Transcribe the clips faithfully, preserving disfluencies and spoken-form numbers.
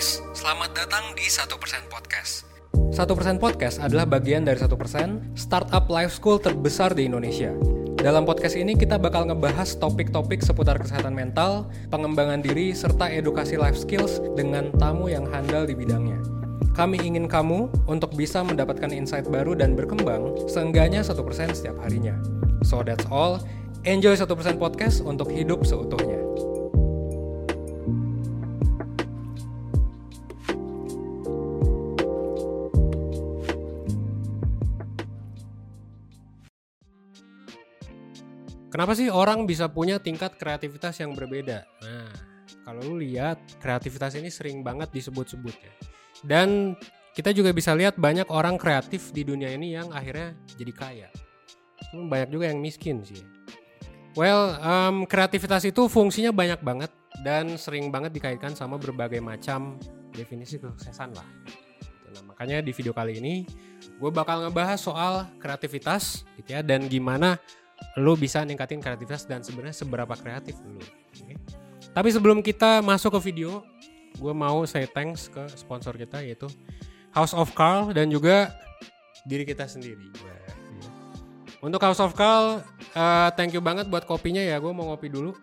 guys, selamat datang di satu persen Podcast. satu persen Podcast adalah bagian dari satu persen startup life school terbesar di Indonesia. Dalam podcast ini kita bakal ngebahas topik-topik seputar kesehatan mental, pengembangan diri, serta edukasi life skills dengan tamu yang handal di bidangnya. Kami ingin kamu untuk bisa mendapatkan insight baru dan berkembang seenggaknya satu persen setiap harinya. So that's all. Enjoy satu persen Podcast untuk hidup seutuhnya. Kenapa sih orang bisa punya tingkat kreativitas yang berbeda? Nah, kalau lu lihat, kreativitas ini sering banget disebut-sebut ya. Dan kita juga bisa lihat banyak orang kreatif di dunia ini yang akhirnya jadi kaya. Banyak juga yang miskin sih. Well, um, kreativitas itu fungsinya banyak banget dan sering banget dikaitkan sama berbagai macam definisi kesuksesan lah. Nah, makanya di video kali ini gue bakal ngebahas soal kreativitas gitu ya, dan gimana lu bisa ningkatin kreativitas dan sebenarnya seberapa kreatif lu. Okay. Tapi sebelum kita masuk ke video, gue mau say thanks ke sponsor kita yaitu House of Carl dan juga diri kita sendiri. Untuk House of Carl, uh, thank you banget buat kopinya ya. Gue mau ngopi dulu.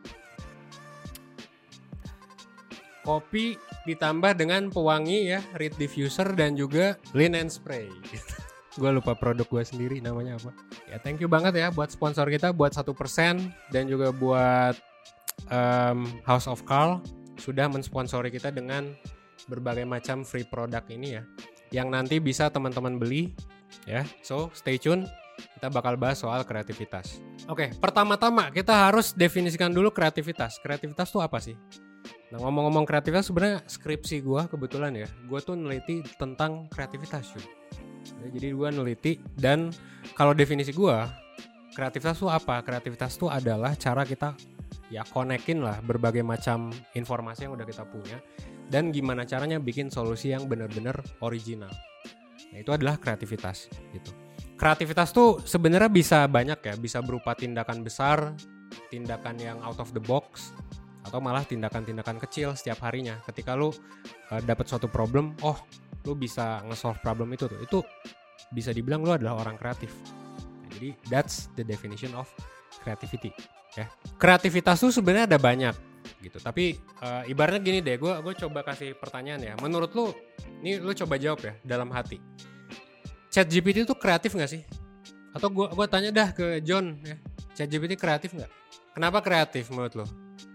Kopi ditambah dengan pewangi ya, reed diffuser dan juga linen spray. Gue lupa produk gue sendiri namanya apa. Ya thank you banget ya buat sponsor kita, buat satu persen dan juga buat um, House of Carl sudah mensponsori kita dengan berbagai macam free product ini ya, yang nanti bisa teman-teman beli ya. So stay tune, kita bakal bahas soal kreativitas. Oke, pertama-tama kita harus definisikan dulu kreativitas. Kreativitas tuh apa sih? Nah, ngomong-ngomong kreativitas, sebenarnya skripsi gue kebetulan ya, gue tuh neliti tentang kreativitas yuk. Jadi gue neliti, dan kalau definisi gue, kreativitas itu apa? Kreativitas itu adalah cara kita ya konekin lah berbagai macam informasi yang udah kita punya, dan gimana caranya bikin solusi yang benar-benar original. Nah, itu adalah kreativitas gitu. Kreativitas tuh sebenarnya bisa banyak ya, bisa berupa tindakan besar, tindakan yang out of the box, atau malah tindakan-tindakan kecil setiap harinya. Ketika lu uh, dapat suatu problem, oh lu bisa nge-solve problem itu tuh, itu bisa dibilang lu adalah orang kreatif. Nah, jadi that's the definition of creativity ya. Kreativitas tuh sebenarnya ada banyak gitu, tapi uh, ibaratnya gini deh, gue gue coba kasih pertanyaan ya. Menurut lu, ini lu coba jawab ya dalam hati. ChatGPT itu kreatif nggak sih? Atau gue gue tanya dah ke John ya, ChatGPT kreatif nggak? Kenapa kreatif menurut lu?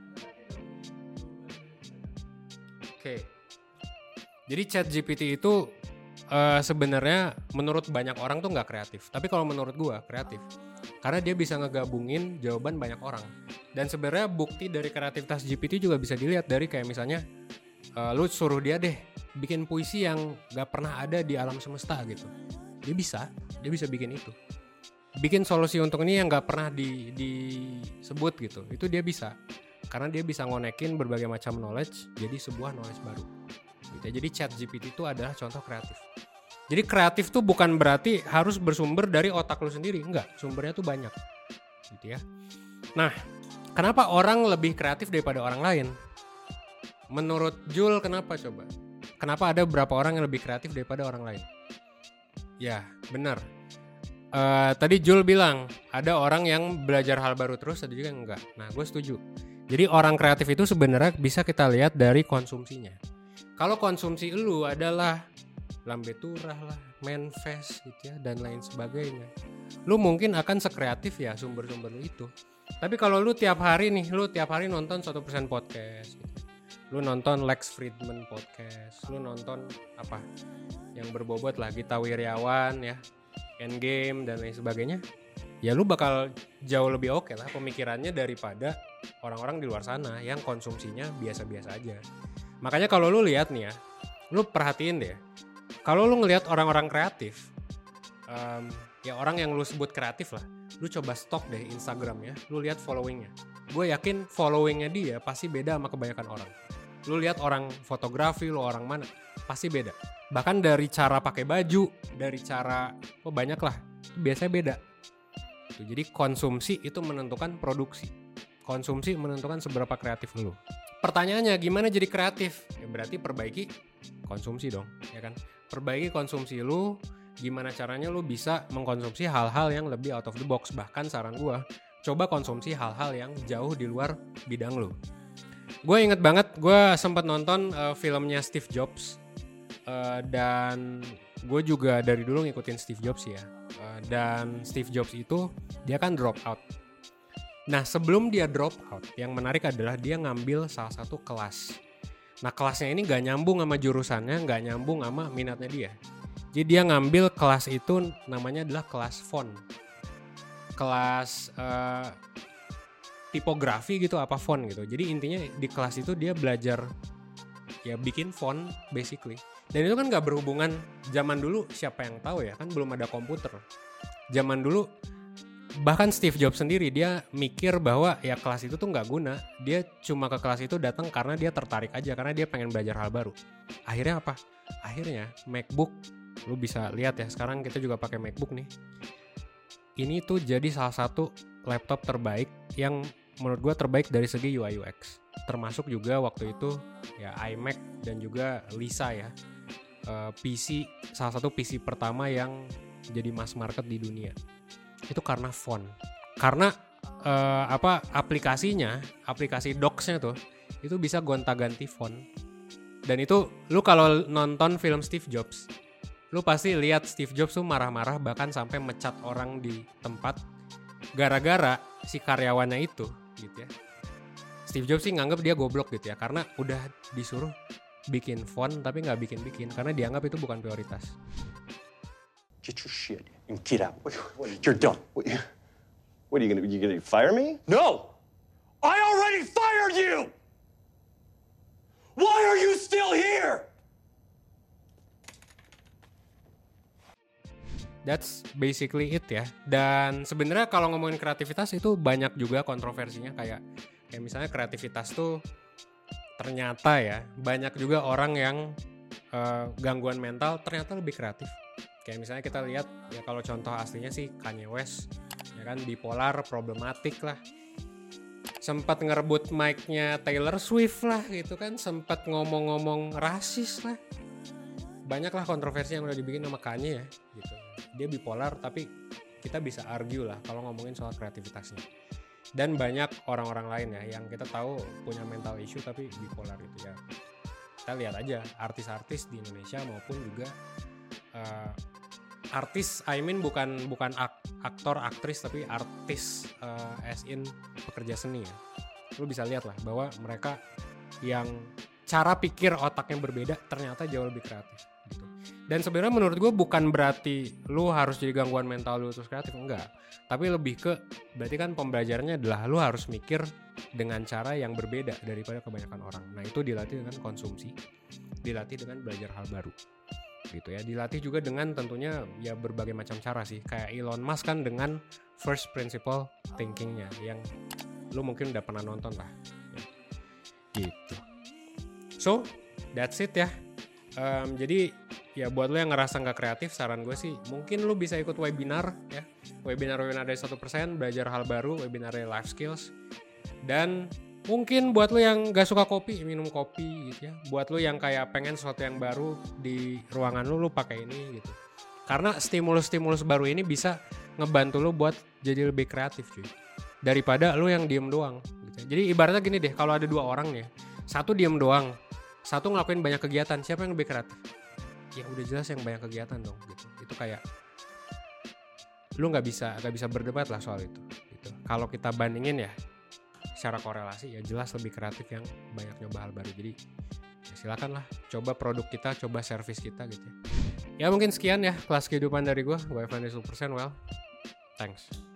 Oke. Okay. Jadi ChatGPT itu uh, sebenarnya menurut banyak orang tuh nggak kreatif, tapi kalau menurut gue kreatif, karena dia bisa ngegabungin jawaban banyak orang. Dan sebenarnya bukti dari kreativitas G P T juga bisa dilihat dari kayak misalnya uh, lu suruh dia deh bikin puisi yang nggak pernah ada di alam semesta gitu, dia bisa, dia bisa bikin itu. Bikin solusi untuk ini yang nggak pernah di, disebut gitu, itu dia bisa, karena dia bisa ngonekin berbagai macam knowledge jadi sebuah knowledge baru. Gitu. Jadi ChatGPT itu adalah contoh kreatif. Jadi kreatif tuh bukan berarti harus bersumber dari otak lu sendiri, enggak, sumbernya tuh banyak. Gitu ya. Nah, kenapa orang lebih kreatif daripada orang lain? Menurut Jul kenapa coba? Kenapa ada beberapa orang yang lebih kreatif daripada orang lain? Ya, benar. Uh, tadi Jul bilang ada orang yang belajar hal baru terus, ada juga yang enggak. Nah, gue setuju. Jadi orang kreatif itu sebenarnya bisa kita lihat dari konsumsinya. Kalau konsumsi lu adalah lambe turah lah, manifest gitu ya, dan lain sebagainya, lu mungkin akan sekreatif ya sumber-sumber lu itu. Tapi kalau lu tiap hari nih, lu tiap hari nonton satu persen podcast gitu. Lu nonton Lex Fridman podcast, lu nonton apa yang berbobot lah, Gita Wirjawan ya, Endgame dan lain sebagainya, ya lu bakal jauh lebih oke lah pemikirannya daripada orang-orang di luar sana yang konsumsinya biasa-biasa aja. Makanya kalau lu lihat nih ya, lu perhatiin deh, kalau lu ngelihat orang-orang kreatif, um, ya orang yang lu sebut kreatif lah, lu coba stalk deh Instagramnya, lu lihat followingnya. Gue yakin followingnya dia pasti beda sama kebanyakan orang. Lu lihat orang fotografi, lu orang mana, pasti beda. Bahkan dari cara pakai baju, dari cara, oh banyak lah, biasanya beda. Jadi konsumsi itu menentukan produksi. konsumsi menentukan seberapa kreatif lu. Pertanyaannya gimana jadi kreatif? Ya berarti perbaiki konsumsi dong, ya kan? Perbaiki konsumsi lu, gimana caranya lu bisa mengkonsumsi hal-hal yang lebih out of the box. Bahkan saran gua, coba konsumsi hal-hal yang jauh di luar bidang lu. Gue inget banget, gue sempat nonton uh, filmnya Steve Jobs. Uh, dan gue juga dari dulu ngikutin Steve Jobs ya. Uh, dan Steve Jobs itu dia kan drop out. Nah sebelum dia drop out, yang menarik adalah dia ngambil salah satu kelas. Nah kelasnya ini gak nyambung sama jurusannya, gak nyambung sama minatnya dia. Jadi dia ngambil kelas itu namanya adalah kelas font. Kelas uh, tipografi gitu, apa font gitu. Jadi intinya di kelas itu dia belajar ya bikin font basically. Dan itu kan gak berhubungan, zaman dulu siapa yang tahu ya, kan belum ada komputer. Zaman dulu bahkan Steve Jobs sendiri dia mikir bahwa ya kelas itu tuh gak guna. Dia cuma ke kelas itu datang karena dia tertarik aja, karena dia pengen belajar hal baru. Akhirnya apa? Akhirnya MacBook, lu bisa lihat ya sekarang kita juga pakai MacBook nih. Ini tuh jadi salah satu laptop terbaik yang menurut gue terbaik dari segi U I U X. Termasuk juga waktu itu ya iMac dan juga Lisa ya. Uh, P C, salah satu P C pertama yang jadi mass market di dunia. Itu karena font. Karena uh, apa aplikasinya, aplikasi Docs-nya tuh itu bisa gonta-ganti font. Dan itu lu kalau nonton film Steve Jobs, lu pasti lihat Steve Jobs tuh marah-marah bahkan sampai mecat orang di tempat gara-gara si karyawannya itu gitu ya. Steve Jobs sih nganggep dia goblok gitu ya, karena udah disuruh bikin font tapi nggak bikin-bikin karena dianggap itu bukan prioritas. Get your shit and get out. You're done. What, what are you gonna? You gonna fire me? No, I already fired you. Why are you still here? That's basically it ya. Dan sebenarnya kalau ngomongin kreativitas itu banyak juga kontroversinya, kayak kayak misalnya kreativitas tuh ternyata ya banyak juga orang yang uh, gangguan mental ternyata lebih kreatif. Kayak misalnya kita lihat ya kalau contoh aslinya sih Kanye West, ya kan bipolar, problematik lah. Sempat ngerebut mic-nya Taylor Swift lah gitu kan, sempat ngomong-ngomong rasis lah. Banyaklah kontroversi yang udah dibikin sama Kanye ya gitu. Dia bipolar tapi kita bisa argue lah kalau ngomongin soal kreativitasnya. Dan banyak orang-orang lain ya yang kita tahu punya mental issue tapi bipolar gitu ya. Kita lihat aja artis-artis di Indonesia maupun juga uh, artis, I mean bukan bukan ak- aktor, aktris tapi artis uh, as in pekerja seni ya. Lu bisa lihat lah bahwa mereka yang cara pikir otaknya berbeda ternyata jauh lebih kreatif gitu. Dan sebenarnya menurut gue bukan berarti lu harus jadi gangguan mental lu terus kreatif, enggak. Tapi lebih ke berarti kan pembelajarannya adalah lu harus mikir dengan cara yang berbeda daripada kebanyakan orang. Nah itu dilatih dengan konsumsi, dilatih dengan belajar hal baru gitu ya. Dilatih juga dengan tentunya ya berbagai macam cara sih. Kayak Elon Musk kan dengan first principle thinkingnya yang lu mungkin udah pernah nonton lah ya. Gitu. So that's it ya. Um, jadi ya buat lo yang ngerasa gak kreatif, saran gue sih mungkin lo bisa ikut webinar ya. Webinar-webinar dari satu persen, belajar hal baru, webinar dari life skills. Dan mungkin buat lo yang gak suka kopi, minum kopi gitu ya. Buat lo yang kayak pengen sesuatu yang baru di ruangan lo, lo pakai ini gitu. Karena stimulus-stimulus baru ini bisa ngebantu lo buat jadi lebih kreatif cuy. Daripada lo yang diem doang gitu. Jadi ibaratnya gini deh, kalau ada dua orang nih, satu diem doang, satu ngelakuin banyak kegiatan, siapa yang lebih kreatif? Ya udah jelas yang banyak kegiatan dong gitu. Itu kayak lu nggak bisa nggak bisa berdebat lah soal itu gitu. Kalau kita bandingin ya secara korelasi ya jelas lebih kreatif yang banyak nyoba hal baru. Jadi ya silakan lah coba produk kita, coba service kita gitu ya. Ya mungkin sekian ya kelas kehidupan dari gue. Gue Evan Super Persen. Well, thanks.